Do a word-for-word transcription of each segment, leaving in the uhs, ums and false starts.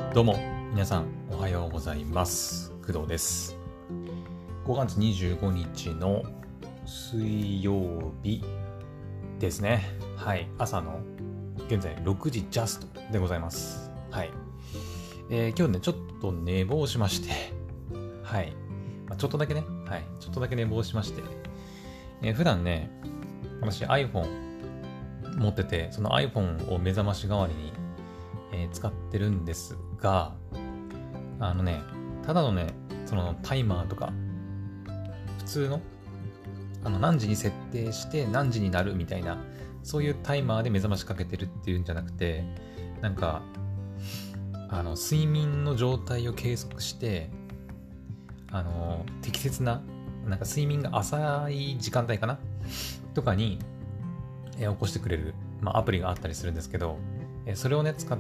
どうも皆さんおはようございます。工藤です。ごがつにじゅうごにちの水曜日ですね。はい、朝の現在ろくじジャストでございます。はい、えー、今日ねちょっと寝坊しましてはい、まあ、ちょっとだけねはいちょっとだけ寝坊しまして、えー、普段ね私 iPhone 持ってて、その iPhone を目覚まし代わりに、えー、使ってるんですが、あのねただのねそのタイマーとか普通のあの何時に設定して何時になるみたいな、そういうタイマーで目覚ましかけてるっていうんじゃなくて、なんかあの睡眠の状態を計測してあの適切ななんか睡眠が浅い時間帯かなとかに、えー起こしてくれる、まあ、アプリがあったりするんですけど、えーそれをね使って、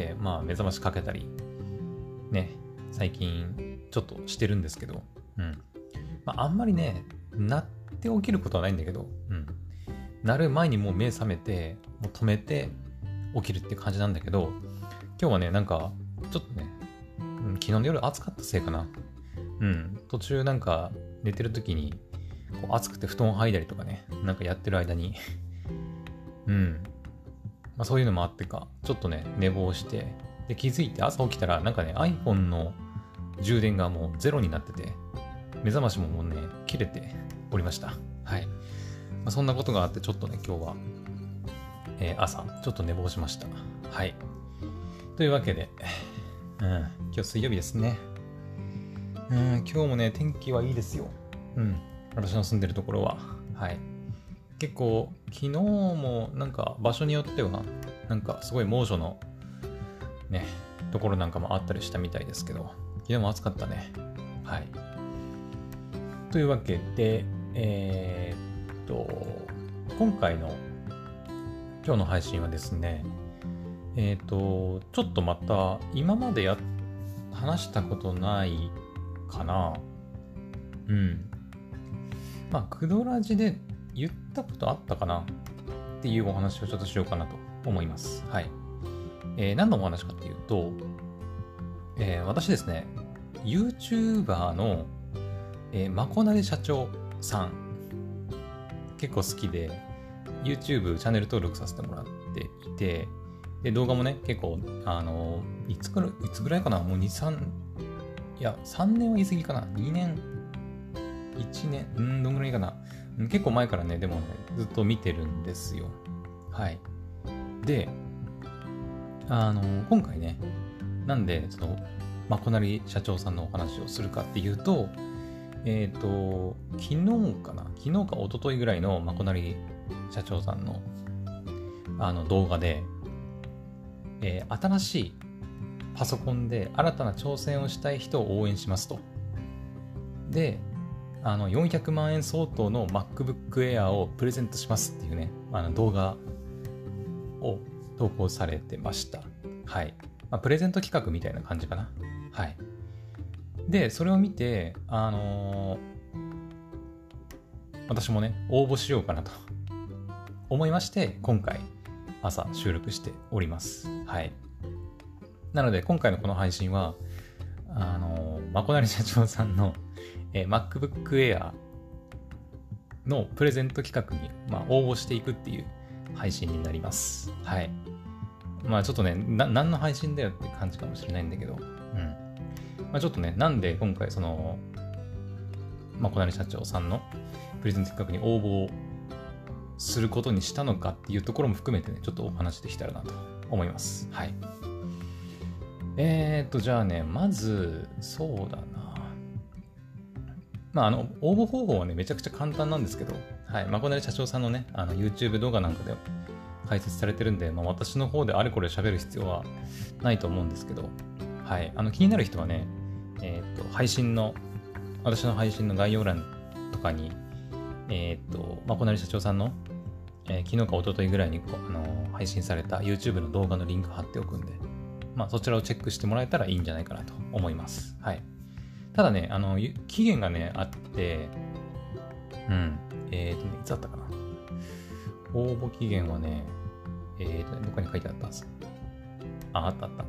まあ、目覚ましかけたりね最近ちょっとしてるんですけど、うんまあ、あんまりねなって起きることはないんだけど、うん、なる前にもう目覚めてもう止めて起きるっていう感じなんだけど、今日はねなんかちょっとね、うん、昨日の夜暑かったせいかな、うん、途中なんか寝てる時にこう暑くて布団を剥いだりとかねなんかやってる間にうんまあ、そういうのもあってかちょっとね寝坊して、で気づいて朝起きたらなんかね iPhone の充電がもうゼロになってて、目覚ましももうね切れておりました。はい、まあ、そんなことがあってちょっとね今日は、えー朝ちょっと寝坊しました。はい、というわけで、うん、今日水曜日ですね。うん、今日もね天気はいいですよ。うん、私の住んでるところははい結構昨日もなんか場所によってはなんかすごい猛暑のねところなんかもあったりしたみたいですけど、昨日も暑かったね。はい、というわけでえー、っと今回の今日の配信はですね、えー、っとちょっとまた今までや話したことないかな。うんまあクドラジで言ったことあったかなっていうお話をちょっとしようかなと思います。はい。えー、何のお話かっていうと、えー、私ですね、YouTuber の、えー、まこなれ社長さん、結構好きで、YouTube チャンネル登録させてもらっていて、で、動画もね、結構、あのー、いつくらい、いつぐらいかなもうに、さん、いや、さんねんは言い過ぎかな ?に 年、いちねん、うん、どんぐらいかな結構前からね、でもね、ずっと見てるんですよ。はい。で、あの、今回ね、なんで、その、まこなり社長さんのお話をするかっていうと、えっと、昨日かな昨日か一昨日ぐらいのまこなり社長さんの、あの、動画で、えー新しいパソコンで新たな挑戦をしたい人を応援しますと。で、あのよんひゃくまんえん相当の MacBook Air をプレゼントしますっていうね、あの動画を投稿されてました。はい。まあ、プレゼント企画みたいな感じかな。はい。で、それを見て、あのー私もね、応募しようかなと思いまして、今回朝収録しております。はい。なので、今回のこの配信は、あのー、まこなり社長さんの、えー MacBook Air のプレゼント企画に、まあ、応募していくっていう配信になります。はい。まあちょっとね、な何の配信だよって感じかもしれないんだけど、うん。まあちょっとね、なんで今回その、まこなり社長さんのプレゼント企画に応募することにしたのかっていうところも含めてね、ちょっとお話できたらなと思います。はい。えーっと、じゃあね、まず、そうだな。まあ、あの、応募方法はね、めちゃくちゃ簡単なんですけど、はい。まこなり社長さんのね、あの、YouTube 動画なんかで解説されてるんで、まあ、私の方であれこれ喋る必要はないと思うんですけど、はい。あの、気になる人はね、えーっと、配信の、私の配信の概要欄とかに、えーっと、まこなり社長さんの、えー昨日か一昨日ぐらいにこう、あの配信された YouTube の動画のリンク貼っておくんで、まあ、そちらをチェックしてもらえたらいいんじゃないかなと思います。はい。ただね、あの、ゆ期限がね、あって、うん、えーとね、いつだったかな。応募期限はね、えーとね、どこに書いてあったはず。あ、あったあった。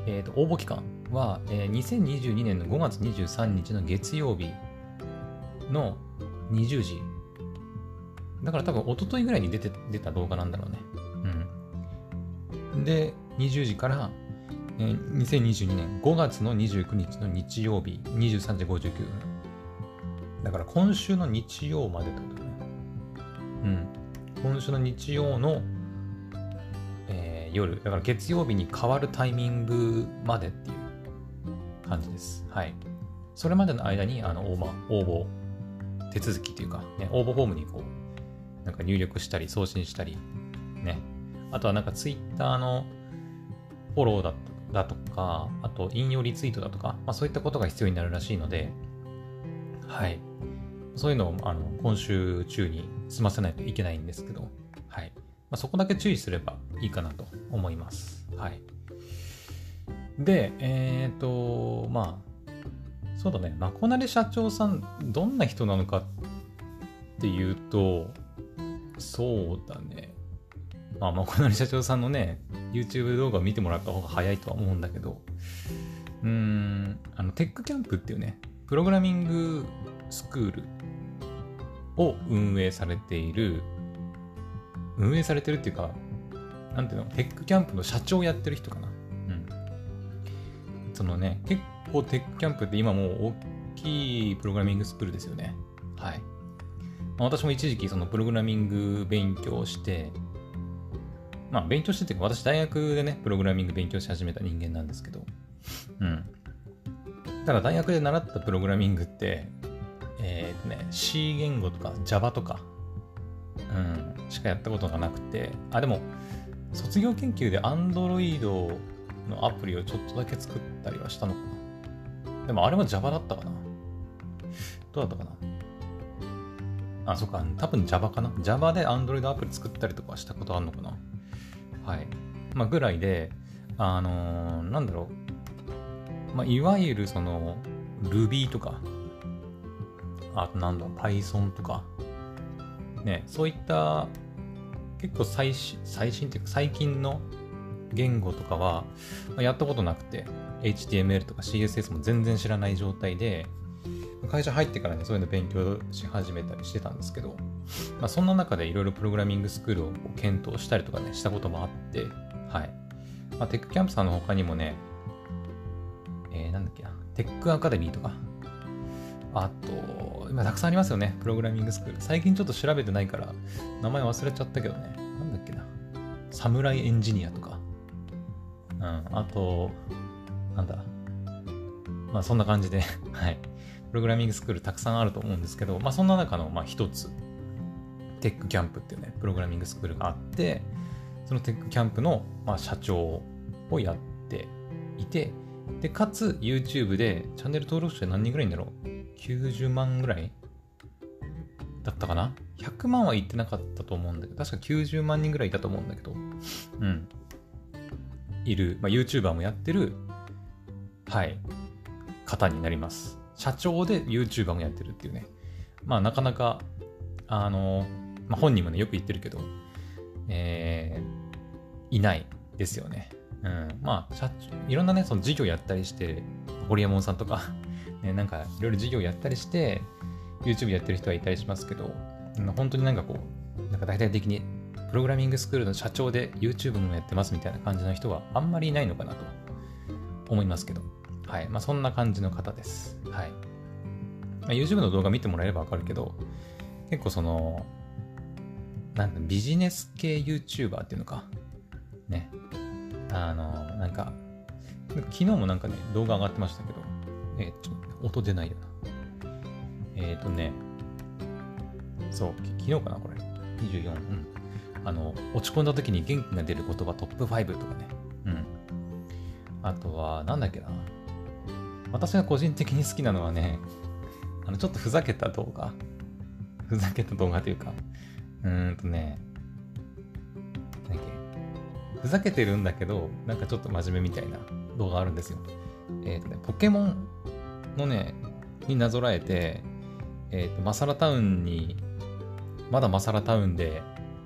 えーと、応募期間は、えー、にせんにじゅうにねんのごがつにじゅうさんにちの月曜日のにじゅうじ。だから多分一昨日ぐらいに出て、出た動画なんだろうね。うん。で、にじゅうじから、えー、にせんにじゅうにねんごがつのにじゅうくにちの日曜日にじゅうさんじごじゅうきゅうふん。だから今週の日曜までってことだね。うん。今週の日曜の、えー、夜。だから月曜日に変わるタイミングまでっていう感じです。はい。それまでの間に、あの、応募、手続きというか、ね、応募フォームにこう、なんか入力したり、送信したり、ね。あとはなんかツイッターのフォローだだとか、あと引用リツイートだとか、まあそういったことが必要になるらしいので、はい。そういうのをあの今週中に済ませないといけないんですけど、はい。まあ、そこだけ注意すればいいかなと思います。はい。で、えっと、まあ、そうだね、まこなれ社長さん、どんな人なのかっていうと、そうだね。まあ、まこなれ社長さんのね、YouTube 動画を見てもらった方が早いとは思うんだけど、うーん、あの、テックキャンプっていうね、プログラミングスクールを運営されている、運営されてるっていうか、なんていうの、テックキャンプの社長をやってる人かな。うん。そのね、結構テックキャンプって今もう大きいプログラミングスクールですよね。はい。まあ、私も一時期そのプログラミング勉強して、まあ勉強してっていうか、私大学でね、プログラミング勉強し始めた人間なんですけど、うん。ただ大学で習ったプログラミングって、えっとね、C 言語とか Java とか、うん、しかやったことがなくて、あ、でも、卒業研究で Android のアプリをちょっとだけ作ったりはしたのかな。でもあれも Java だったかな。どうだったかな。あ、そっか、多分 Java かな。Java で Android アプリ作ったりとかしたことあるのかな。はい。まあ、ぐらいで、あのー、なんだろう。まあ、いわゆるその、Ruby とか、あとなんだ、Python とか、ね、そういった結構最新、最新っていうか最近の言語とかはやったことなくて、エイチティーエムエル とか シーエスエス も全然知らない状態で、会社入ってからね、そういうの勉強し始めたりしてたんですけど、まあ、そんな中でいろいろプログラミングスクールを検討したりとかね、したこともあって、はい。まあ、テックキャンプさんの他にもね、えー、なんだっけな、テックアカデミーとか、あと、今たくさんありますよね、プログラミングスクール。最近ちょっと調べてないから、名前忘れちゃったけどね、なんだっけな、サムライエンジニアとか、うん、あと、なんだ、まあそんな感じで、はい。プログラミングスクールたくさんあると思うんですけど、まあそんな中のまあ一つ、テックキャンプっていうね、プログラミングスクールがあって、そのテックキャンプのまあ社長をやっていて、で、かつ YouTube でチャンネル登録者何人ぐらいいんだろう ?きゅうじゅうまんぐらいだったかな ?ひゃく 万は言ってなかったと思うんだけど、確かきゅうじゅうまんにんぐらいいたと思うんだけど、うん。いる、まあ、YouTuber もやってる、はい、方になります。社長で YouTuber もやってるっていうね。まあなかなか、あの、まあ、本人もね、よく言ってるけど、えー、いないですよね。うん。まあ、社長、いろんなね、その事業やったりして、ホリエモンさんとか、ね、なんかいろいろ事業やったりして、YouTube やってる人はいたりしますけど、本当になんかこう、なんか大体的に、プログラミングスクールの社長で YouTube もやってますみたいな感じの人はあんまりいないのかなと思いますけど、はい。まあそんな感じの方です。はい。まあ、YouTube の動画見てもらえればわかるけど、結構その、なんだ、ビジネス系 YouTuber っていうのか、ね。あの、なんか、昨日もなんかね、動画上がってましたけど、えー、ちょっと音出ないよな。えっ、ー、とね、そう、昨日かな、これ。にじゅうよん。うん。あの、落ち込んだ時に元気が出る言葉トップファイブとかね。うん。あとは、なんだっけな。私が個人的に好きなのはね、あの、ちょっとふざけた動画。ふざけた動画というか、うーんとね、なんだっけ。ふざけてるんだけど、なんかちょっと真面目みたいな動画あるんですよ。えっ、ー、とね、ポケモンのね、になぞらえて、えっ、ー、と、マサラタウンに、まだマサラタウンで、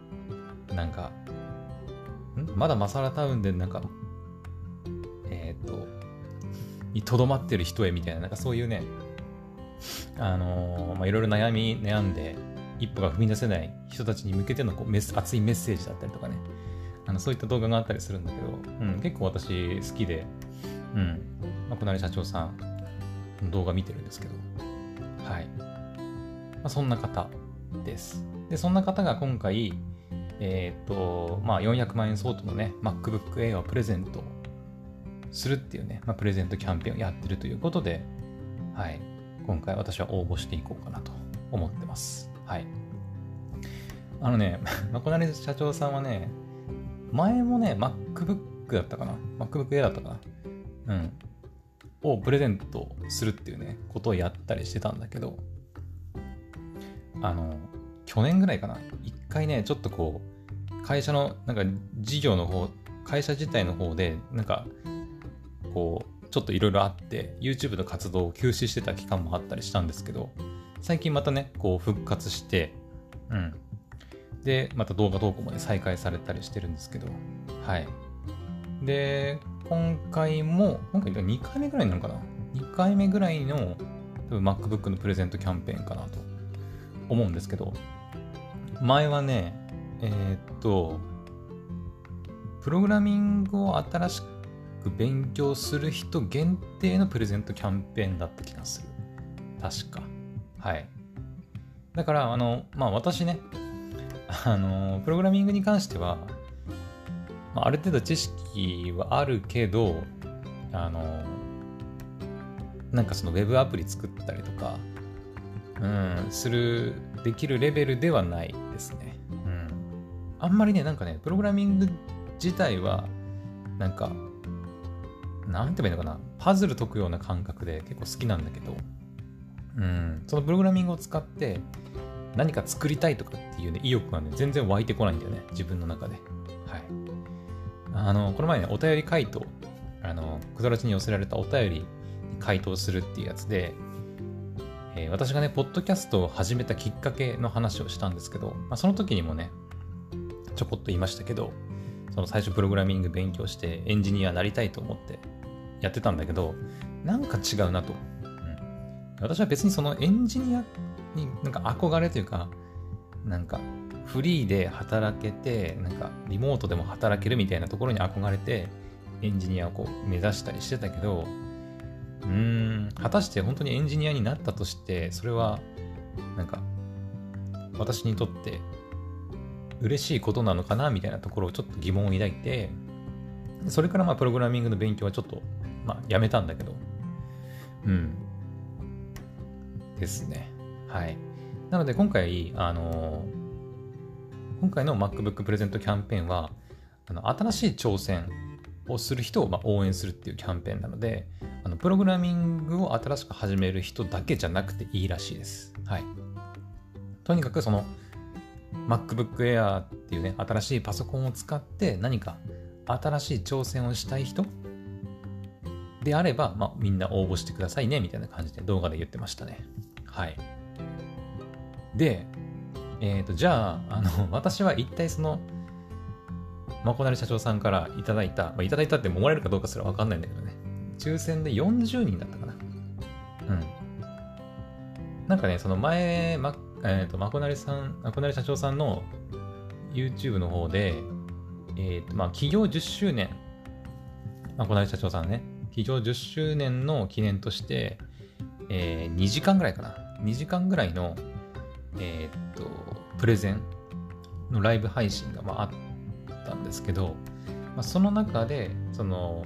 なんか、んまだマサラタウンでなんか、えっ、ー、と、 にとどまってる人へみたいな、なんかそういうね、あのー、まあいろいろ悩み悩んで一歩が踏み出せない人たちに向けてのこうメス熱いメッセージだったりとかね、あのそういった動画があったりするんだけど、うん、結構私好きで、うん、まあ、こなれ社長さんの動画見てるんですけど、はい、まあ、そんな方です。で、そんな方が今回、えっと、まあよんひゃくまんえん相当のね、MacBook Air をプレゼントするっていうね、まあ、プレゼントキャンペーンをやってるということで、はい、今回私は応募していこうかなと思ってます。はい。あのね、まこなれ社長さんはね、前もね、MacBook だったかな ?MacBook Air だったかなうん。をプレゼントするっていうね、ことをやったりしてたんだけど、あの、去年ぐらいかな一回ね、ちょっとこう、会社の、なんか事業の方、会社自体の方で、なんか、こう、ちょっといろいろあって、YouTube の活動を休止してた期間もあったりしたんですけど、最近またね、こう復活して、うん。で、また動画投稿もね、再開されたりしてるんですけど、はい。で、今回も、今回にかいめぐらいなのかな ?に 回目ぐらいの、多分 MacBook のプレゼントキャンペーンかなと思うんですけど、前はね、えー、っと、プログラミングを新しく勉強する人限定のプレゼントキャンペーンだった気がする。確か。はい。だから、あの、まあ私ね、あの、プログラミングに関しては、まあ、ある程度知識はあるけど、あの、なんかそのウェブアプリ作ったりとか、うん、する、できるレベルではないですね。うん。あんまりね、なんかね、プログラミング自体は、なんか、なんて言えばいいのかな、パズル解くような感覚で結構好きなんだけど、うん、そのプログラミングを使って何か作りたいとかっていうね、意欲がね、全然湧いてこないんだよね、自分の中で。はい。あの、この前ね、お便り回答、あの、くだらちに寄せられたお便りに回答するっていうやつで、えー、私がね、ポッドキャストを始めたきっかけの話をしたんですけど、まあ、その時にもね、ちょこっと言いましたけど、その最初プログラミング勉強してエンジニアになりたいと思ってやってたんだけど、なんか違うなと。うん、私は別にそのエンジニアになんか憧れというか、なんかフリーで働けて、なんかリモートでも働けるみたいなところに憧れて、エンジニアをこう目指したりしてたけど、うーん、果たして本当にエンジニアになったとして、それはなんか私にとって嬉しいことなのかなみたいなところをちょっと疑問を抱いて、それからまあプログラミングの勉強はちょっとまあやめたんだけど、うんですね。はい。なので今回あの今回の MacBook プレゼントキャンペーンはあの新しい挑戦をする人をまあ応援するっていうキャンペーンなので、あのプログラミングを新しく始める人だけじゃなくていいらしいです。はい。とにかくそのMacBook Air っていうね、新しいパソコンを使って何か新しい挑戦をしたい人であれば、まあ、みんな応募してくださいねみたいな感じで動画で言ってましたね。はい。で、えっと、じゃあ、あの、私は一体その、まこなり社長さんからいただいた、まあ、いただいたってもらえるかどうかすらわかんないんだけどね、抽選でよんじゅうにんだったかな。うん。なんかね、その前、ま、えっと、まこなりさん、まこなり社長さんの YouTube の方で、えっと、まあ、企業じゅっしゅうねん、まこなり社長さんね、企業じゅっしゅうねんの記念として、えー、にじかんぐらいかな。にじかんぐらいの、えー、っと、プレゼンのライブ配信が、まあ、あったんですけど、まあ、その中で、その、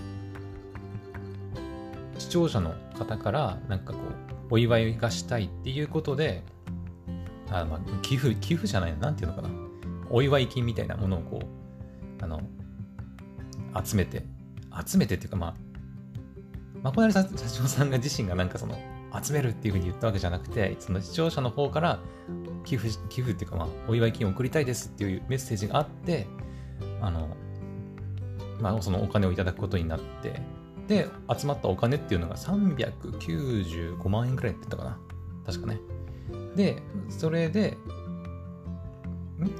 視聴者の方から、なんかこう、お祝いがしたいっていうことで、あまあ、寄付、寄付じゃないの、なんていうのかな。お祝い金みたいなものをこう、あの、集めて、集めてっていうか、まあ、まこなり社長さんが自身がなんかその、集めるっていうふうに言ったわけじゃなくて、その視聴者の方から寄付、寄付っていうか、まあ、お祝い金を送りたいですっていうメッセージがあって、あの、まあ、そのお金をいただくことになって、で、集まったお金っていうのがさんびゃくきゅうじゅうごまんえんくらいって言ったかな。確かね。で、それで、ん ?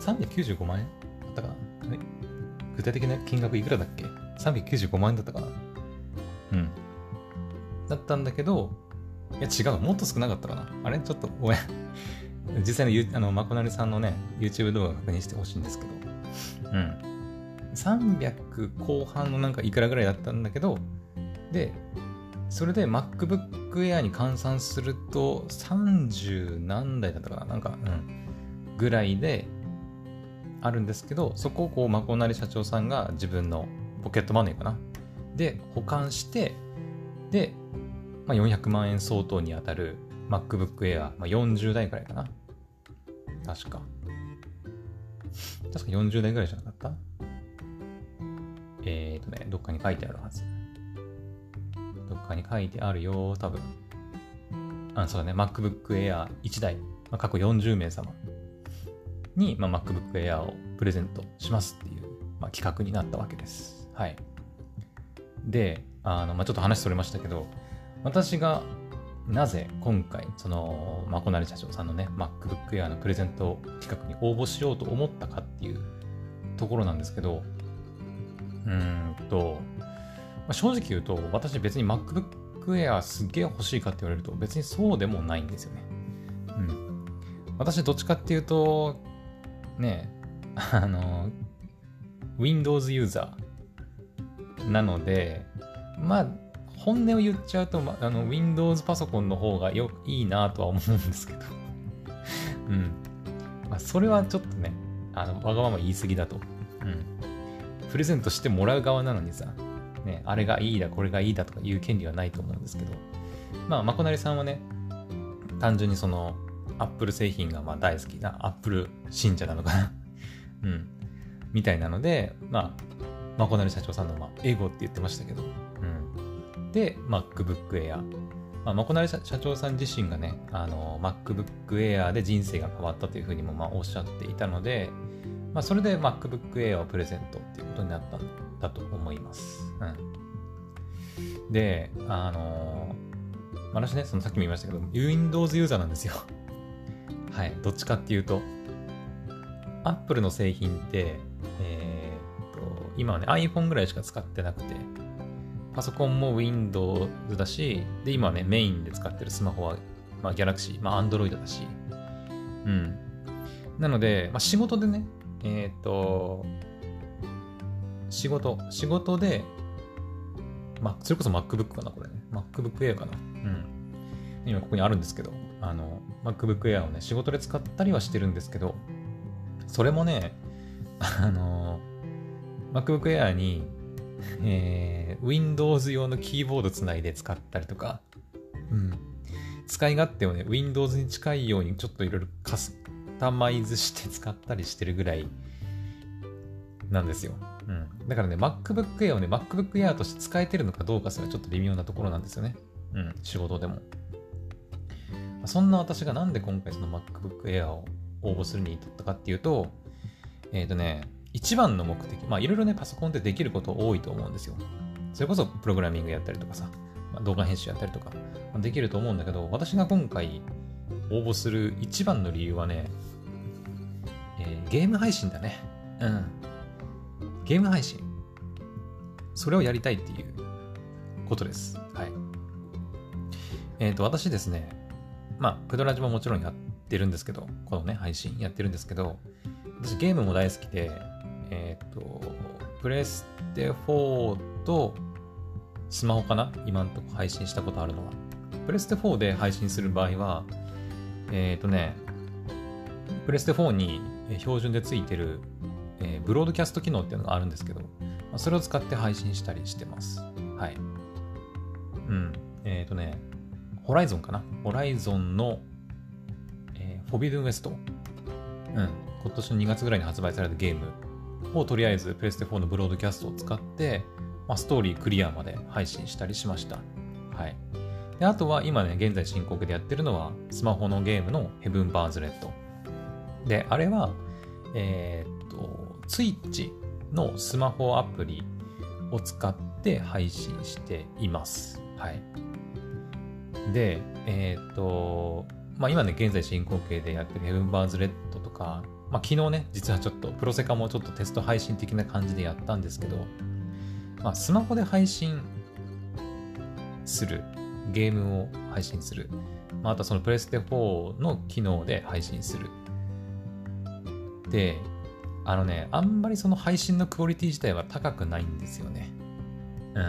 さんびゃくきゅうじゅうごまんえんだったかな。具体的な金額いくらだっけ ?さんびゃくきゅうじゅうごまんえんだったかな。うん。 だったんだけど、いや違う、もっと少なかったかな。あれちょっとごめん。実際のゆあのまこなりさんのね、YouTube 動画確認してほしいんですけど、うん。さんびゃくこう半のなんかいくらぐらいだったんだけど、で、それで MacBook Air に換算するとさんじゅう何台だったかな、なんか、うん、ぐらいであるんですけど、そこをこうまこなり社長さんが自分のポケットマネーかなで保管して、で、まあ、よんひゃくまんえん相当にあたる MacBook Air、まあ、よんじゅうだいくらいかな。確か。確かよんじゅうだいぐらいじゃなかった？えーとね、どっかに書いてあるはず。どっかに書いてあるよ、多分。あ、そうだね、MacBook Airいちだい、まあ、過去よんじゅうめい様に、まあ、MacBook Air をプレゼントしますっていう、まあ、企画になったわけです。はい。で、あの、まあ、ちょっと話それましたけど、私がなぜ今回、その、まこなり社長さんのね、MacBook Air のプレゼント企画に応募しようと思ったかっていうところなんですけど、うーんと、まあ、正直言うと、私別に MacBook Air すげえ欲しいかって言われると、別にそうでもないんですよね。うん。私どっちかっていうと、ね、あの、Windows ユーザーなので、まあ、本音を言っちゃうと、ま、あの Windows パソコンの方がよいいなとは思うんですけど、うん。まあ、それはちょっとね、あのわがまま言い過ぎだと。うん。プレゼントしてもらう側なのにさ、ね、あれがいいだ、これがいいだとか言う権利はないと思うんですけど、まあ、まこなりさんはね、単純にその、Apple 製品がまあ大好きな Apple 信者なのかな。うん。みたいなので、まあ、まこなり社長さんのまあエゴって言ってましたけど、うん。で、MacBook Air。まあ、まこなり社長さん自身がね、あの、MacBook Air で人生が変わったというふうにもまあおっしゃっていたので、まあ、それで MacBook Air をプレゼントっていうことになったんだと思います。うん。で、あのー、私ね、そのさっきも言いましたけど、Windows ユーザーなんですよ。はい。どっちかっていうと、Apple の製品って、えー、っと、今はね、iPhone ぐらいしか使ってなくて、パソコンも Windows だし、で、今はね、メインで使ってるスマホは、まあ、Galaxy、まあ、Android だし、うん。なので、まあ、仕事でね、えっと、仕事、仕事で、ま、それこそ MacBook かな、これね。MacBook Air かな。うん。今ここにあるんですけど、あの、MacBook Air をね、仕事で使ったりはしてるんですけど、それもね、あの、MacBook Air に、えー、Windows 用のキーボードつないで使ったりとか、うん。使い勝手をね、Windows に近いようにちょっといろいろカスタマイズして使ったりしてるぐらいなんですよ。うん。だからね、MacBook Air をね、MacBook Air として使えてるのかどうかそれはちょっと微妙なところなんですよね。うん、仕事でも。そんな私がなんで今回その MacBook Air を応募するに至ったかっていうと、えっとね、一番の目的、まあいろいろね、パソコンってできること多いと思うんですよ。それこそプログラミングやったりとかさ、まあ、動画編集やったりとか、まあ、できると思うんだけど、私が今回応募する一番の理由はね、えー、ゲーム配信だね。うん。ゲーム配信。それをやりたいっていうことです。はい。えっと、私ですね、まあ、プドラジももちろんやってるんですけど、このね、配信やってるんですけど、私ゲームも大好きで、えっと、プレステフォーとスマホかな今のところ配信したことあるのは。プレステフォーで配信する場合は、えっとね、プレステフォーに標準でついてる、えー、ブロードキャスト機能っていうのがあるんですけど、まあ、それを使って配信したりしてます。はい。うん。えっとね、ホライゾンかなホライゾンの、えー、フォビドゥンウェスト。うん。今年のにがつぐらいに発売されたゲームをとりあえずプレステフォーのブロードキャストを使って、まあ、ストーリークリアまで配信したりしました。はい。で、あとは今ね、現在進行形でやってるのはスマホのゲームのヘブンバーズレッド。で、あれは、えー、っと、Twitch のスマホアプリを使って配信しています。はい。で、えー、っと、まあ今ね、現在進行形でやってるヘブンバーズレッドとか、まあ昨日ね、実はちょっとプロセカもちょっとテスト配信的な感じでやったんですけど、まあスマホで配信するゲームを配信する。まあ、あとはそのプレステフォーの機能で配信する。で、あのね、あんまりその配信のクオリティ自体は高くないんですよね。うん。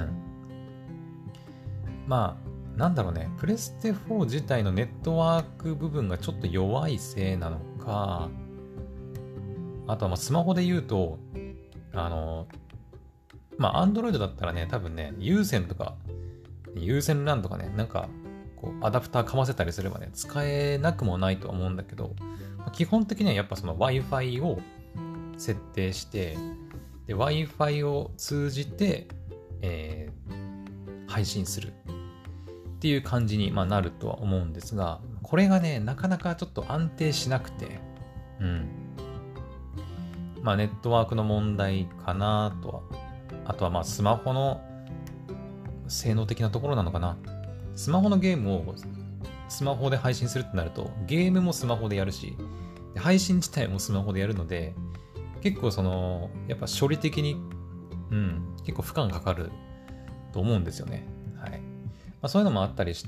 まあ、なんだろうね、プレステフォー自体のネットワーク部分がちょっと弱いせいなのか、あとはまあスマホで言うと、あの、まあ、Android だったらね、多分ね、有線とか、有線 ラン とかね、なんか、こう、アダプターかませたりすればね、使えなくもないとは思うんだけど、基本的にはやっぱその Wi-Fi を設定して、で、Wi-Fi を通じて、えー、配信するっていう感じに、まあ、なるとは思うんですが、これがね、なかなかちょっと安定しなくて、うん。まあ、ネットワークの問題かなとは。あとはまあ、スマホの性能的なところなのかな。スマホのゲームをスマホで配信するってなると、ゲームもスマホでやるし、配信自体もスマホでやるので、結構その、やっぱ処理的に、うん、結構負荷がかかると思うんですよね。はい。まあ、そういうのもあったりして、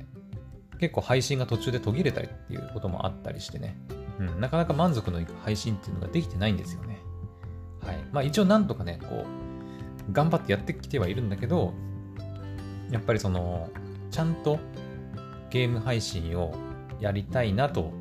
結構配信が途中で途切れたりっていうこともあったりしてね、うん、なかなか満足のいく配信っていうのができてないんですよね。はい。まあ一応なんとかね、こう、頑張ってやってきてはいるんだけど、やっぱりその、ちゃんとゲーム配信をやりたいなと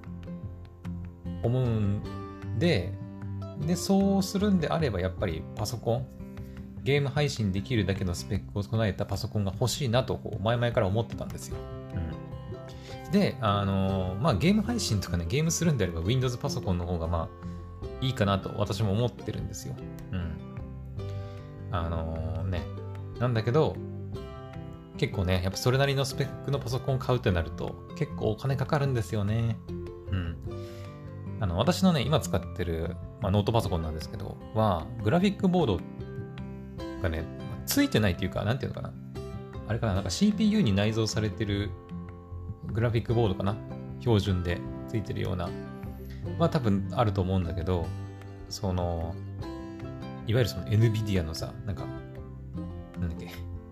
思うんで、で、そうするんであればやっぱりパソコン、ゲーム配信できるだけのスペックを備えたパソコンが欲しいなとこう前々から思ってたんですよ。うん、で、あのー、まあゲーム配信とかね、ゲームするんであれば Windows パソコンの方がまあいいかなと私も思ってるんですよ。うん。あのー、ね、なんだけど、結構ね、やっぱそれなりのスペックのパソコンを買うってなると結構お金かかるんですよね。うん。あの、私のね、今使ってる、まあ、ノートパソコンなんですけど、は、グラフィックボードがね、ついてないっていうか、なんていうのかな。あれかな、なんか シーピーユー に内蔵されてるグラフィックボードかな。標準でついてるような。は多分あると思うんだけど、その、いわゆるその エヌビディア のさ、なんか、なんだっけ。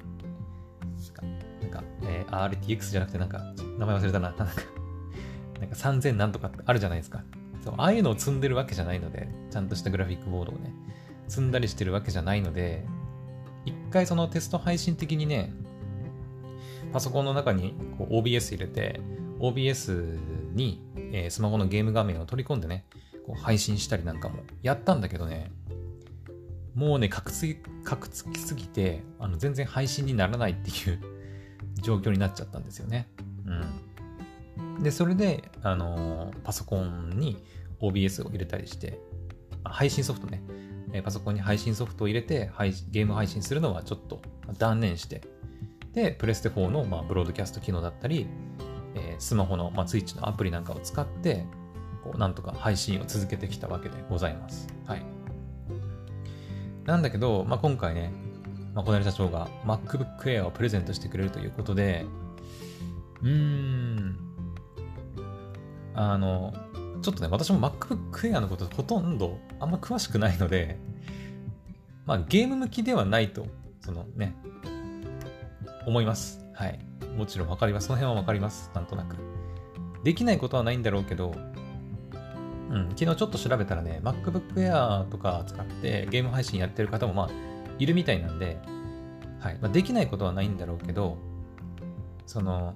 なんか、えー、アールティーエックス じゃなくてなんか、名前忘れたな。なんか、なんかさんぜんなんとかってあるじゃないですか。そう、ああいうのを積んでるわけじゃないので、ちゃんとしたグラフィックボードをね、積んだりしてるわけじゃないので、一回そのテスト配信的にね、パソコンの中にこう オービーエス 入れて、オービーエス に、えー、スマホのゲーム画面を取り込んでね、こう配信したりなんかもやったんだけどね、もうね、カクつき、カクつきすぎて、あの全然配信にならないっていう状況になっちゃったんですよね。うん。で、それで、あのー、パソコンに オービーエス を入れたりして、配信ソフトね、えー、パソコンに配信ソフトを入れて配ゲーム配信するのはちょっと断念して、で、プレステフォーの、まあ、ブロードキャスト機能だったり、えー、スマホの、まあ、Twitch のアプリなんかを使って、こうなんとか配信を続けてきたわけでございます。はい。なんだけど、まあ、今回ね、まあ、小成社長が MacBook Air をプレゼントしてくれるということで、うーん、あの、ちょっとね、私も MacBook Air のことほとんどあんま詳しくないので、まあゲーム向きではないと、そのね、思います。はい。もちろんわかります。その辺はわかります。なんとなく。できないことはないんだろうけど、うん、昨日ちょっと調べたらね、MacBook Air とか使ってゲーム配信やってる方もまあ、いるみたいなんで、はい。まあ、できないことはないんだろうけど、その、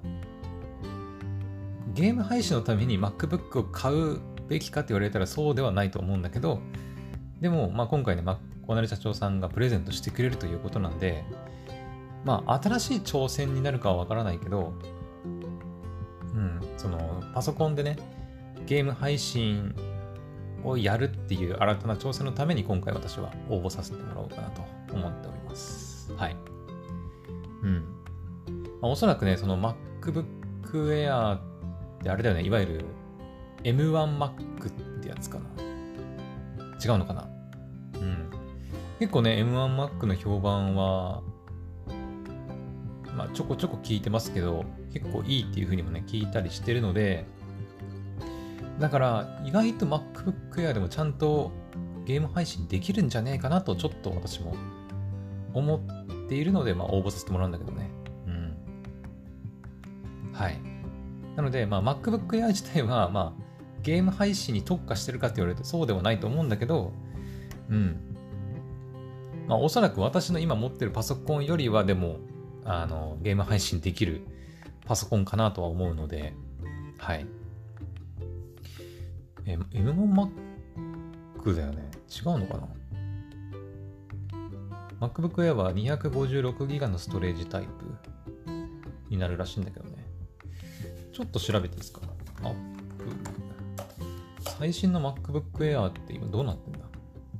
ゲーム配信のために MacBook を買うべきかって言われたらそうではないと思うんだけど、でも、まあ、今回ね、小成社長さんがプレゼントしてくれるということなんで、まあ、新しい挑戦になるかはわからないけど、うん、その、パソコンでね、ゲーム配信をやるっていう新たな挑戦のために今回私は応募させてもらおうかなと思っております。はい。うん。まあ、おそらくね、その MacBook Air ってあれだよね、いわゆる エムワン Mac ってやつかな。違うのかな。うん。結構ね、エムワン Mac の評判は、まあちょこちょこ聞いてますけど、結構いいっていう風にもね、聞いたりしてるので、だから意外と MacBook Air でもちゃんとゲーム配信できるんじゃねえかなとちょっと私も思っているので、まあ応募させてもらうんだけどね。うん。 はい。なので、まあ、MacBook Air 自体は、まあ、ゲーム配信に特化してるかって言われるとそうではないと思うんだけど、うん。まあ、おそらく私の今持ってるパソコンよりは、でも、あの、ゲーム配信できるパソコンかなとは思うので、はい。え、エムワン Mac だよね。違うのかな？ MacBook Air は にひゃくごじゅうろくギガバイト のストレージタイプになるらしいんだけどね。ちょっと調べていいですか？アップ最新の MacBook Air って今どうなってんだ？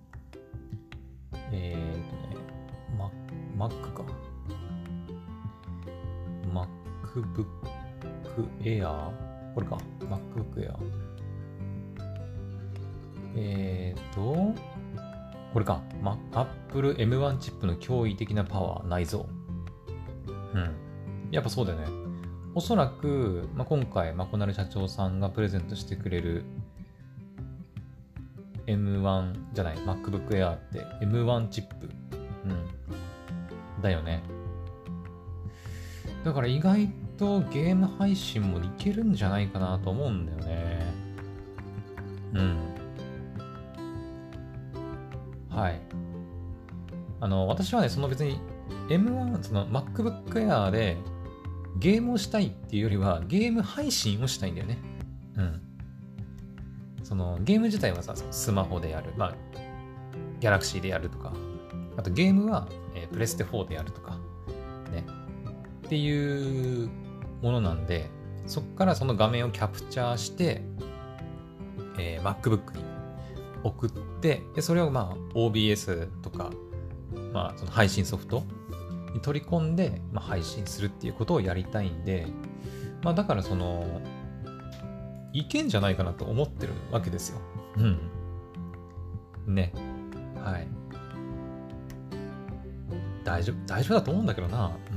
えーとね、Mac, Mac か。MacBook Air? これか。MacBook Air。えーと、これか。Apple エムワン チップの驚異的なパワー、内蔵。うん。やっぱそうだよね。おそらく、まあ、今回、まこなる社長さんがプレゼントしてくれる エムワン じゃない、MacBook Air って エムワン チップ。うん。だよね。だから意外とゲーム配信もいけるんじゃないかなと思うんだよね。うん。はい。あの、私はね、その別に エムワン、その MacBook Air でゲームをしたいっていうよりはゲーム配信をしたいんだよね。うん。そのゲーム自体はさ、スマホでやる。まあ、Galaxy でやるとか。あとゲームは、えー、プレステフォーでやるとか。ね。っていうものなんで、そこからその画面をキャプチャーして、えー、MacBook に送って、で、それをまあ オービーエス とか、まあその配信ソフトに取り込んで、まあ、配信するっていうことをやりたいんで、まあだからその、いけんじゃないかなと思ってるわけですよ。うん。ね。はい。大丈夫、大丈夫だと思うんだけどな。うん。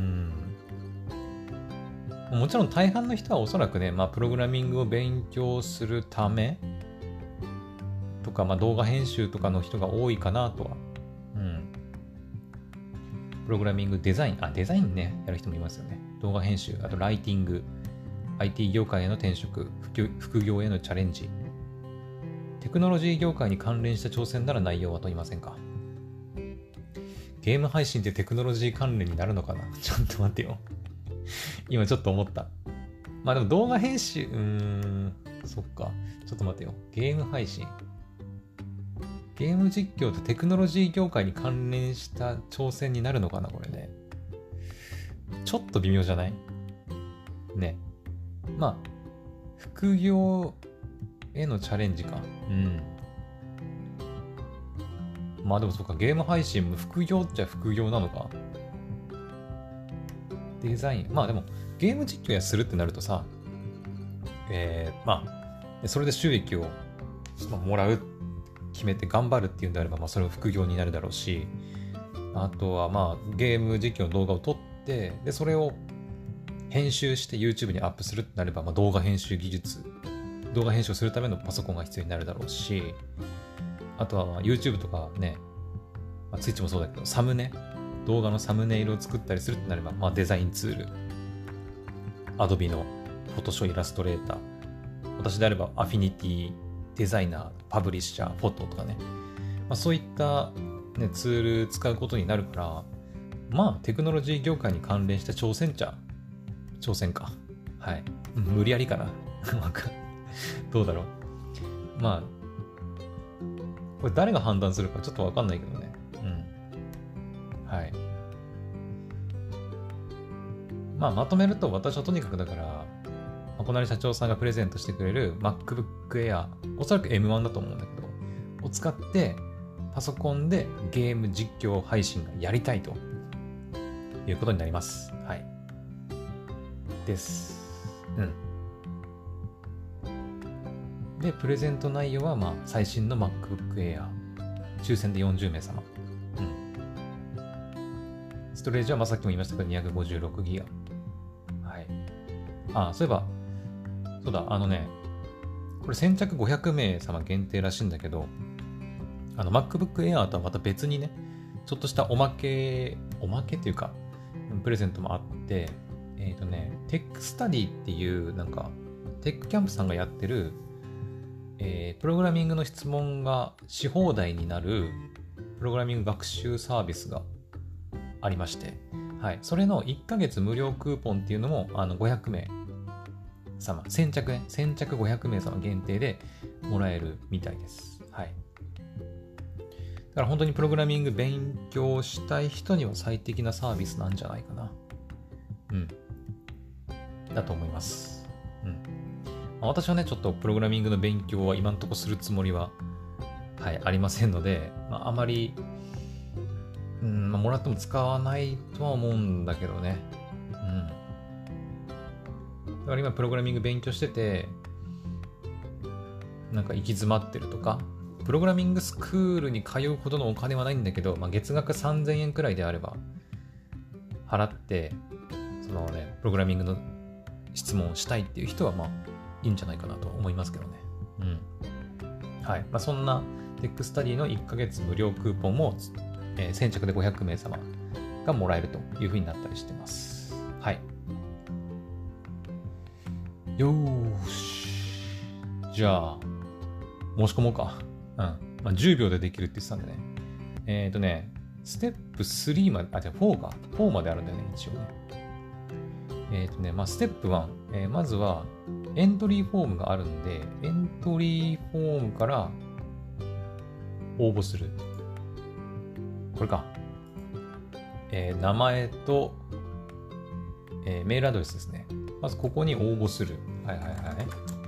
もちろん大半の人はおそらくね、まあプログラミングを勉強するためとか、まあ動画編集とかの人が多いかなとは。うん。プログラミングデザイン、あ、デザインね、やる人もいますよね。動画編集、あとライティング、アイティー 業界への転職、副業へのチャレンジ。テクノロジー業界に関連した挑戦なら内容は問いませんか？ゲーム配信ってテクノロジー関連になるのかな？ちょっと待ってよ。今ちょっと思った。まあでも動画編集、うーん、そっか。ちょっと待ってよ。ゲーム配信。ゲーム実況とテクノロジー業界に関連した挑戦になるのかなこれね。ちょっと微妙じゃない？ね。まあ、副業へのチャレンジか。うん。まあでもそっか、ゲーム配信も副業っちゃ副業なのか。デザイン。まあでも、ゲーム実況やするってなるとさ、えー、まあ、それで収益をもらう、決めて頑張るっていうんであれば、まあそれも副業になるだろうし、あとはまあ、ゲーム実況の動画を撮って、で、それを編集して YouTube にアップするってなれば、まあ、動画編集技術、動画編集をするためのパソコンが必要になるだろうし、あとはまあ YouTube とかね、まあ、Twitch もそうだけど、サムネ、動画のサムネイルを作ったりするってなれば、まあ、デザインツール、Adobe の Photoshop イラストレーター、私であれば Affinity デザイナー、パブリッシャー、フォトとかね、まあ、そういった、ね、ツール使うことになるから、まあテクノロジー業界に関連した挑戦っちゃ挑戦か。はい。無理やりかな。どうだろう。まあ、これ誰が判断するかちょっとわかんないけどね。うん。はい。まあ、まとめると私はとにかくだから、まこなり社長さんがプレゼントしてくれる MacBook Air、おそらく エムワン だと思うんだけど、を使ってパソコンでゲーム実況配信がやりたいということになります。はい。です。うん。で、プレゼント内容は、まあ、最新の MacBook Air。抽選でよんじゅうめい様。うん。ストレージは、まあ、さっきも言いましたけど、にひゃくごじゅうろくギガ。はい。あ、そういえば、そうだ、あのね、これ先着ごひゃくめい様限定らしいんだけど、あの、MacBook Air とはまた別にね、ちょっとしたおまけ、おまけっていうか、プレゼントもあって、 えっとね、テックスタディっていう、なんか、テックキャンプさんがやってる、えー、プログラミングの質問がし放題になる、プログラミング学習サービスがありまして、はい。それのいっかげつ無料クーポンっていうのも、あの、ごひゃくめい様、先着ね、先着ごひゃくめい様限定でもらえるみたいです。はい。だから本当にプログラミング勉強したい人には最適なサービスなんじゃないかな。うん。だと思います。うん。まあ、私はね、ちょっとプログラミングの勉強は今んとこするつもりは、はい、ありませんので、まあ、あまり、うん、まあ、もらっても使わないとは思うんだけどね。うん。だから今プログラミング勉強してて、なんか行き詰まってるとか、プログラミングスクールに通うほどのお金はないんだけど、まあ、月額さんぜんえんくらいであれば、払って、そのね、プログラミングの質問をしたいっていう人は、まあ、いいんじゃないかなと思いますけどね。うん。はい。まあ、そんなテックスタディのいっかげつ無料クーポンも、えー、先着でごひゃくめい様がもらえるという風になったりしてます。はい。よーし。じゃあ、申し込もうか。うん。まあ、じゅうびょうでできるって言ってたんでね。えっ、ー、とね、ステップスリーまで、あ、じゃあよんか。よんまであるんだよね、一応ね。えっ、ー、とね、まあ、ステップいち、えー、まずは、エントリーフォームがあるんで、エントリーフォームから応募する。これか。えー、名前と、えー、メールアドレスですね。まずここに応募する。はいはいはい。えー、っ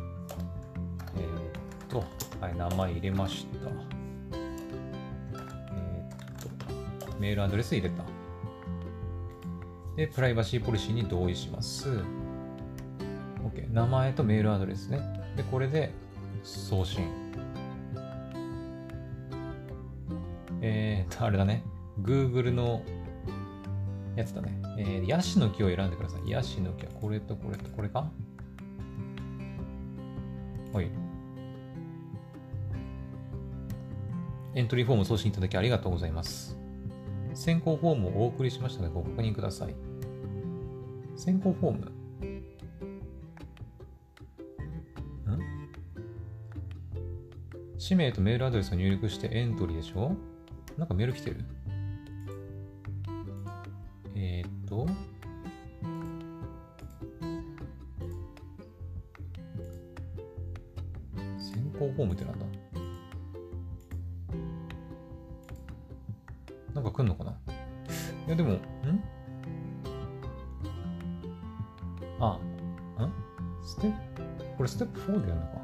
と、はい、名前入れました。えー、っと、メールアドレス入れた。で、プライバシーポリシーに同意します。OK。名前とメールアドレスね。で、これで送信。えー、っと、あれだね。Google のやつだね。えー、ヤシの木を選んでください。ヤシの木はこれとこれとこれか？はい。エントリーフォーム送信いただきありがとうございます。選考フォームをお送りしましたのでご確認ください。選考フォームん氏名とメールアドレスを入力してエントリーでしょ？なんかメール来てる？えー、っと、選考フォームってなんだ？なんか来んのかな？いやでも、んあ、んステップ、これステップフォーでやるのか。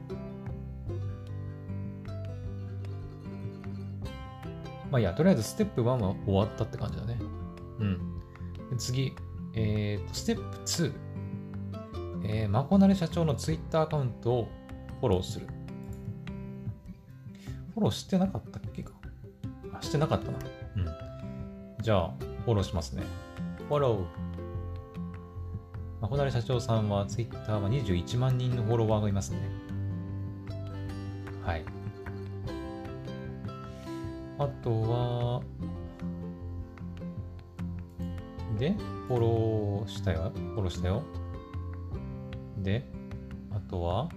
まあいいや、とりあえずステップいちは終わったって感じだね。うん。で次、えーと、ステップに、えー、まこなれ社長のツイッターアカウントをフォローする。フォローしてなかったっけか？あ、してなかったな。うん。じゃあ、フォローしますね。フォロー。まこなれ社長さんはツイッターはにじゅういちまんにんのフォロワーがいますね。はい。あとは、で、フォローしたよ。フォローしたよ。で、あとは、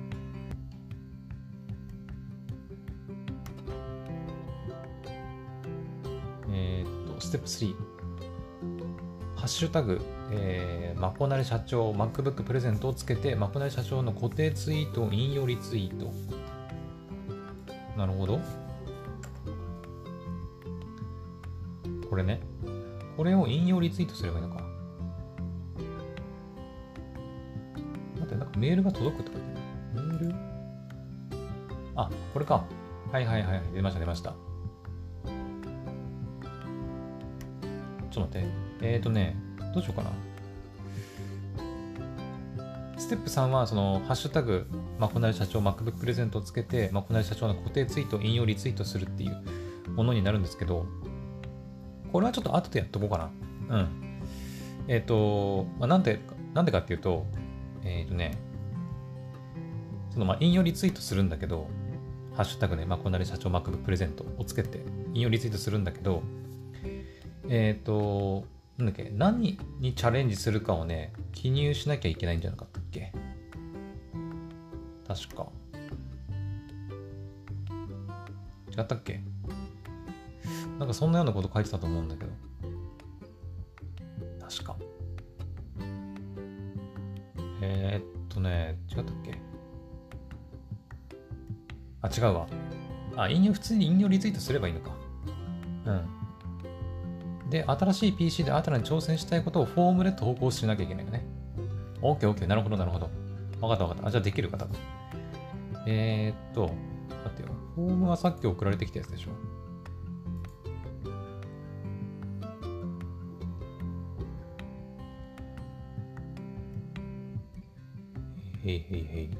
えー、っと、ステップスリー。ハッシュタグ、えー、まこなれ社長、MacBook プレゼントをつけて、まこなれ社長の固定ツイートを引用リツイート。なるほど。これね。これを引用リツイートすればいいのか。待って、なんかメールが届くって書いてある。メールあ、これか。はいはいはい。出ました出ました。ちょっと待って。えーとね、どうしようかな。ステップさんは、その、ハッシュタグ、まこなれ社長、MacBook プレゼントをつけて、まこなれ社長の固定ツイートを引用リツイートするっていうものになるんですけど、これはちょっと後でやっとこうかな。うん。えっ、ー、と、まあ、なんで、なんでかっていうと、えっ、ー、とね、そのまあ引用リツイートするんだけど、ハッシュタグで、まこなれ社長 MacBook プレゼントをつけて引用リツイートするんだけど、えっ、ー、と、 なんだっけ、何にチャレンジするかをね、記入しなきゃいけないんじゃなかったっけ。確か。違ったっけ。なんかそんなようなこと書いてたと思うんだけど。確か。えー、っとね、違ったっけ。あ、違うわ。あ、引用、普通に引用リツイートすればいいのか。うん。で、新しい ピーシー で新たに挑戦したいことをフォームで投稿しなきゃいけないよね。OK、OK。なるほど、なるほど。わかったわかった。あ、じゃあできる方だ。えー、っと、待ってよ。フォームはさっき送られてきたやつでしょ。へいへいへい。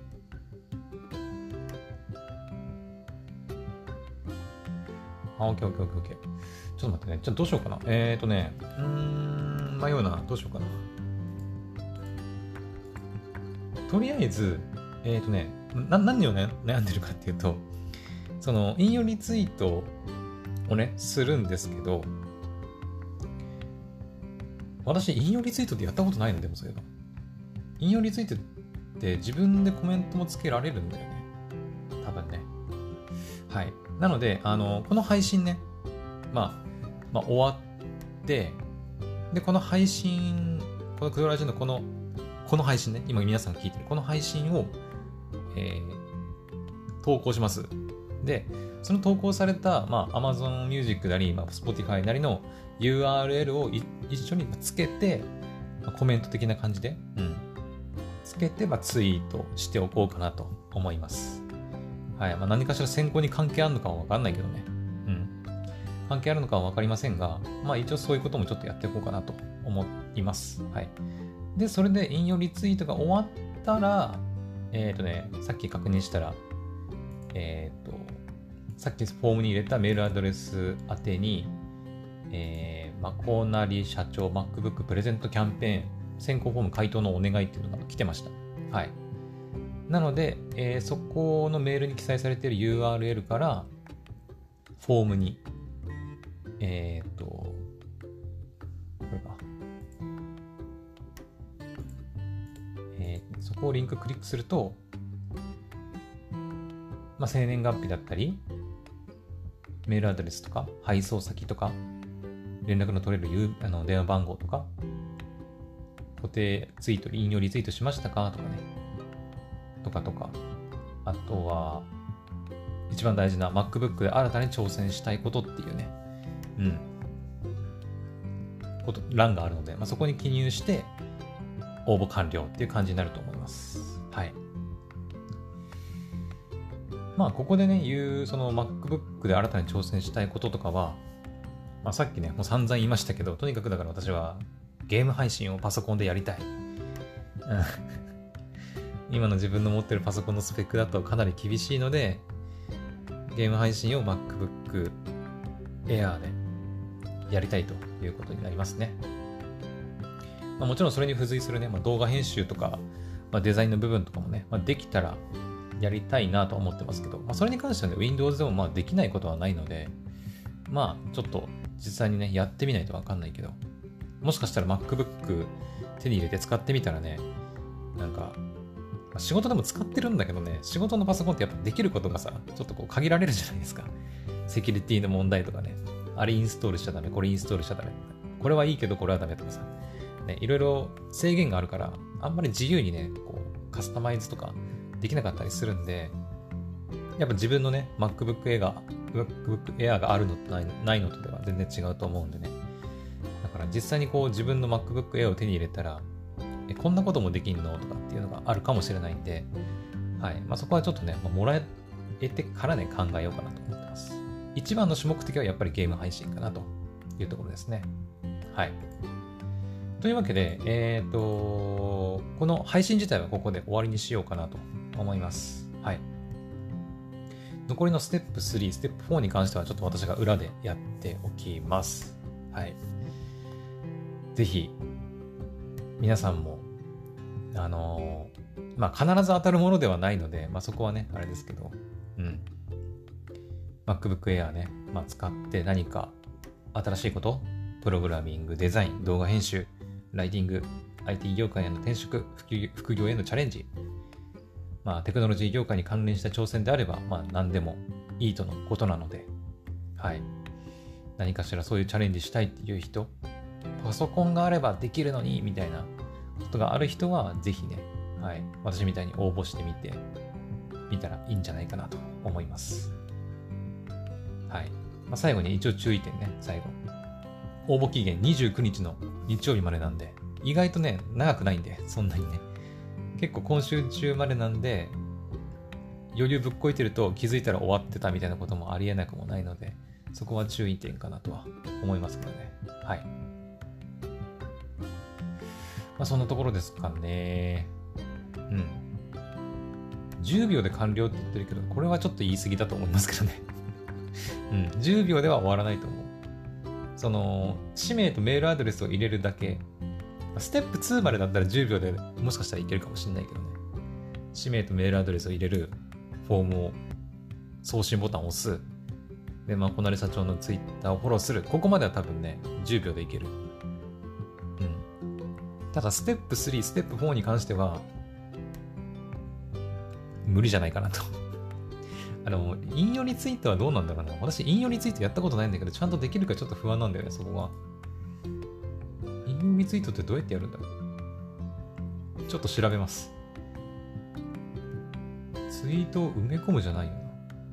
あ、オッケーオッケーオッケーオッケー。ちょっと待ってね。ちょっとどうしようかな。えーっとね。うーん、迷うな。どうしようかな。とりあえず、えーっとね、な、何を、ね、悩んでるかっていうと、その、引用リツイートをね、するんですけど、私、引用リツイートってやったことないのでもそういえば。引用リツイートって自分でコメントもつけられるんだよね。多分ね。はい。なので、あの、この配信ね、まあ、まあ、終わって、で、この配信、このクドラジのこの、この配信ね、今皆さん聞いてる、この配信を、えー、投稿します。で、その投稿された、まあ、Amazon Music なり、まあ、Spotify なりの ユーアールエル を一緒につけて、まあ、コメント的な感じで、うん、つけて、まあ、ツイートしておこうかなと思います。はい。まあ、何かしら選考に関係あるのかはわかんないけどね。うん。関係あるのかはわかりませんが、まあ、一応そういうこともちょっとやっていこうかなと思います。はい。で、それで引用リツイートが終わったら、えっとね、さっき確認したら、えっと、さっきフォームに入れたメールアドレス宛てに、えー、マコナリ社長 MacBook プレゼントキャンペーン選考フォーム回答のお願いっていうのが来てました。はい。なので、えー、そこのメールに記載されている ユーアールエル からフォームに、えっと、これか。えー、そこをリンククリックすると、まあ、生年月日だったり、メールアドレスとか、配送先とか、連絡の取れるあの電話番号とか、固定ツイート、引用リツイートしましたかとかね。とかとか。あとは、一番大事な MacBook で新たに挑戦したいことっていうね。うん。こと、欄があるので、まあ、そこに記入して、応募完了っていう感じになると思います。はい。まあ、ここでね、言う、その MacBook で新たに挑戦したいこととかは、まあ、さっきね、もう散々言いましたけど、とにかくだから私はゲーム配信をパソコンでやりたい。今の自分の持ってるパソコンのスペックだとかなり厳しいので、ゲーム配信を MacBook Air でやりたいということになりますね。まあ、もちろんそれに付随するね、まあ、動画編集とか、まあ、デザインの部分とかもね、まあ、できたらやりたいなと思ってますけど、まあ、それに関してはね、Windows でもまあできないことはないので、まあちょっと実際にね、やってみないとわかんないけど、もしかしたら MacBook 手に入れて使ってみたらね、なんか、まあ、仕事でも使ってるんだけどね、仕事のパソコンってやっぱできることがさ、ちょっとこう限られるじゃないですか。セキュリティの問題とかね、あれインストールしちゃダメ、これインストールしちゃダメ。これはいいけどこれはダメとかさ、ね、いろいろ制限があるから、あんまり自由にね、こうカスタマイズとかできなかったりするんで、やっぱ自分のね、MacBook Air が、MacBook Air があるのとない、ないのとでは全然違うと思うんでね。だから実際にこう自分の MacBook Air を手に入れたら、え、こんなこともできんのとかっていうのがあるかもしれないんで、はい。まあ、そこはちょっとね、まあ、もらえてからね、考えようかなと思ってます。一番の主目的はやっぱりゲーム配信かなというところですね。はい。というわけで、えっと、この配信自体はここで終わりにしようかなと思います。はい。残りのステップスリー、ステップフォーに関してはちょっと私が裏でやっておきます。はい。ぜひ、皆さんも、あのー、まあ、必ず当たるものではないので、まあ、そこはね、あれですけど、うん。MacBook Air ね、まあ、使って何か新しいことプログラミング、デザイン、動画編集、ライティング、アイティー 業界への転職、副業へのチャレンジ、まあ、テクノロジー業界に関連した挑戦であれば、まあ、何でもいいとのことなので、はい。何かしらそういうチャレンジしたいっていう人、パソコンがあればできるのに、みたいなことがある人は、ぜひね、はい。私みたいに応募してみて、みたらいいんじゃないかなと思います。はい。まあ、最後に一応注意点ね、最後。応募期限にじゅうくにちの日曜日までなんで、意外とね、長くないんで、そんなにね。結構今週中までなんで、余裕ぶっこいてると気づいたら終わってたみたいなこともありえなくもないので、そこは注意点かなとは思いますけどね。はい。まあそんなところですかね。うん。じゅうびょうで完了って言ってるけど、これはちょっと言い過ぎだと思いますけどね。うん。じゅうびょうでは終わらないと思う。その、氏名とメールアドレスを入れるだけ。ステップにまでだったらじゅうびょうでもしかしたらいけるかもしれないけどね。氏名とメールアドレスを入れるフォームを送信ボタンを押す。で、まあ、こなれ社長のツイッターをフォローする。ここまでは多分ね、じゅうびょうでいける。うん。ただ、ステップさん、ステップよんに関しては、無理じゃないかなと。あの、引用リツイートはどうなんだろうな。私、引用リツイートやったことないんだけど、ちゃんとできるかちょっと不安なんだよね、そこが。引用リツイートってどうやってやるんだろう。ちょっと調べます。ツイートを埋め込むじゃないよな。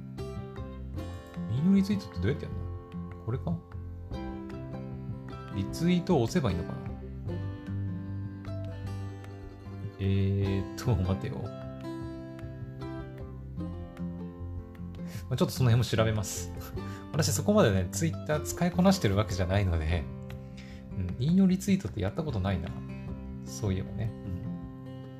引用リツイートってどうやってやるの？これか？リツイートを押せばいいのかな？えーっと、待てよ。まあ、ちょっとその辺も調べます。私そこまでね、ツイッター使いこなしてるわけじゃないので、うん、引用リツイートってやったことないな。そういえばね。うん、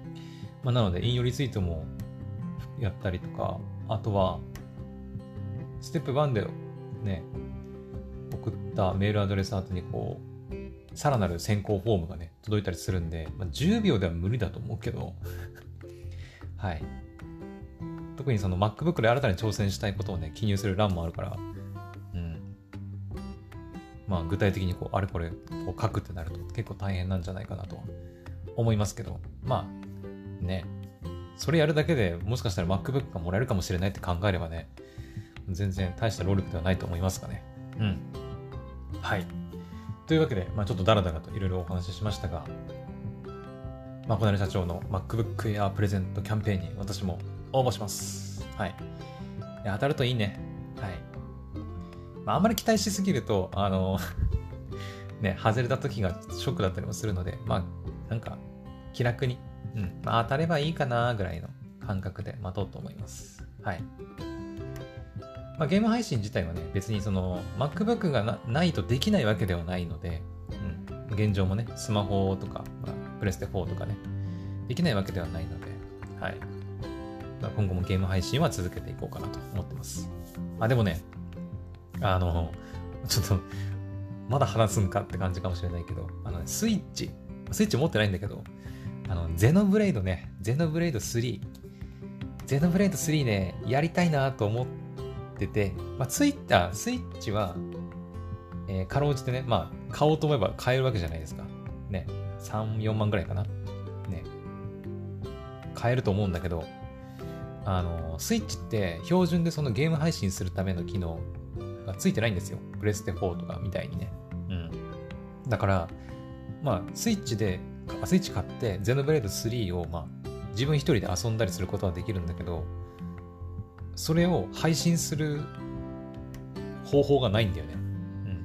まあ、なので、引用リツイートもやったりとか、あとは、ステップいちでね、送ったメールアドレス後にこう、さらなる選考フォームがね、届いたりするんで、まあ、じゅうびょうでは無理だと思うけど、はい。特にその MacBook で新たに挑戦したいことをね、記入する欄もあるから、うん。まあ具体的にこう、あれこれこう書くってなると結構大変なんじゃないかなとは思いますけど、まあ、ね。それやるだけでもしかしたら MacBook がもらえるかもしれないって考えればね、全然大した労力ではないと思いますかね。うん。はい。というわけで、まあちょっとダラダラといろいろお話ししましたが、まあ、こなれ社長の MacBook Air プレゼントキャンペーンに私も応募します。はい。いや、当たるといいね。はい。まあ、あんまり期待しすぎると、あの、ね、外れた時がショックだったりもするので、まあ、なんか、気楽に、うん、まあ、当たればいいかな、ぐらいの感覚で待とうと思います。はい。まあ、ゲーム配信自体はね、別にその、MacBook が な, ないとできないわけではないので、うん、現状もね、スマホとか、まあ、プレステフォーとかね、できないわけではないので、はい。まあ、今後もゲーム配信は続けていこうかなと思ってます。あ、でもね、あの、ちょっと、まだ話すんかって感じかもしれないけど、あの、ね、スイッチ、スイッチ持ってないんだけど、あの、ゼノブレイドね、ゼノブレイドスリー、ゼノブレイドスリーね、やりたいなと思ってて、まあ、ツイッター、スイッチは、えー、かろうじてね、まあ、買おうと思えば買えるわけじゃないですか。ね、さん、よんまんぐらいかな。ね、買えると思うんだけど、あの、スイッチって標準でそのゲーム配信するための機能がついてないんですよ。プレステフォーとかみたいにね。うん。だから、まあ、スイッチで、スイッチ買って、ゼノブレイドスリーを、まあ、自分一人で遊んだりすることはできるんだけど、それを配信する方法がないんだよね。うん。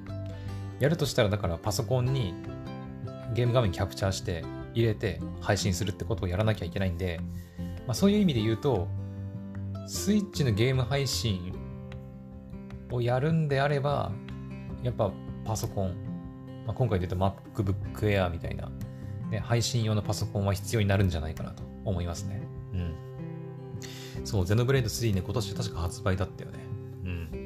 やるとしたら、だからパソコンにゲーム画面キャプチャーして入れて配信するってことをやらなきゃいけないんで、まあ、そういう意味で言うと、スイッチのゲーム配信をやるんであれば、やっぱパソコン、まあ、今回で言うと MacBook Air みたいな、ね、配信用のパソコンは必要になるんじゃないかなと思いますね。うん。そう、ゼノブレイドスリーね、今年確か発売だったよね。うん。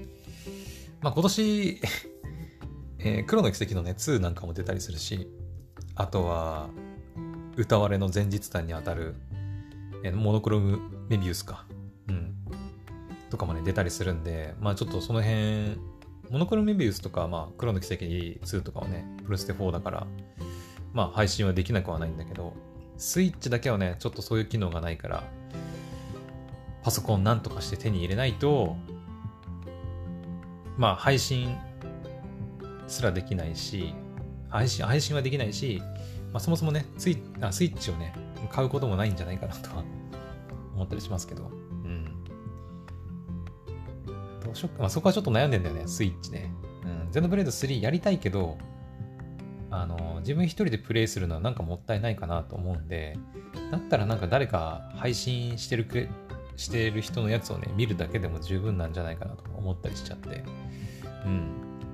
まあ今年、えー、黒の奇跡のね、ツーなんかも出たりするし、あとは、歌割れの前日談にあたる、えー、モノクロムメビウスか。うん。とかもね、出たりするんで、まあちょっとその辺モノクロメビウスとか、まあ、黒の奇跡ツーとかはね、プレステフォーだから、まあ、配信はできなくはないんだけど、スイッチだけはね、ちょっとそういう機能がないから、パソコンなんとかして手に入れないと、まあ、配信すらできないし、配信、配信はできないし、まあ、そもそもね、スイあスイッチをね、買うこともないんじゃないかなとは思ったりしますけど、うん。どうしようか、まあ、そこはちょっと悩んでんだよね、スイッチね。うん、ゼノブレードスリーやりたいけど、あの、自分一人でプレイするのはなんかもったいないかなと思うんで、だったらなんか誰か配信してるくしてる人のやつをね、見るだけでも十分なんじゃないかなと思ったりしちゃって。うん。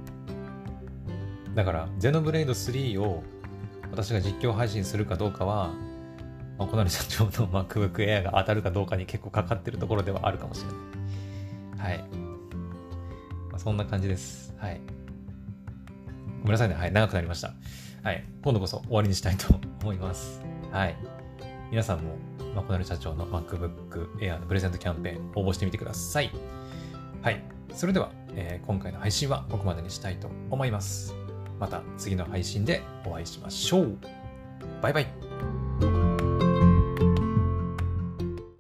だから、ゼノブレイドスリーを私が実況配信するかどうかは、まあ、小成社長の MacBook Air が当たるかどうかに結構かかってるところではあるかもしれない。はい。まあ、そんな感じです。はい。ごめんなさいね。はい。長くなりました。はい。今度こそ終わりにしたいと思います。はい。皆さんも、まあ、小成社長の MacBook Air のプレゼントキャンペーン応募してみてください。はい。それでは、えー、今回の配信はここまでにしたいと思います。また次の配信でお会いしましょう。バイバイ。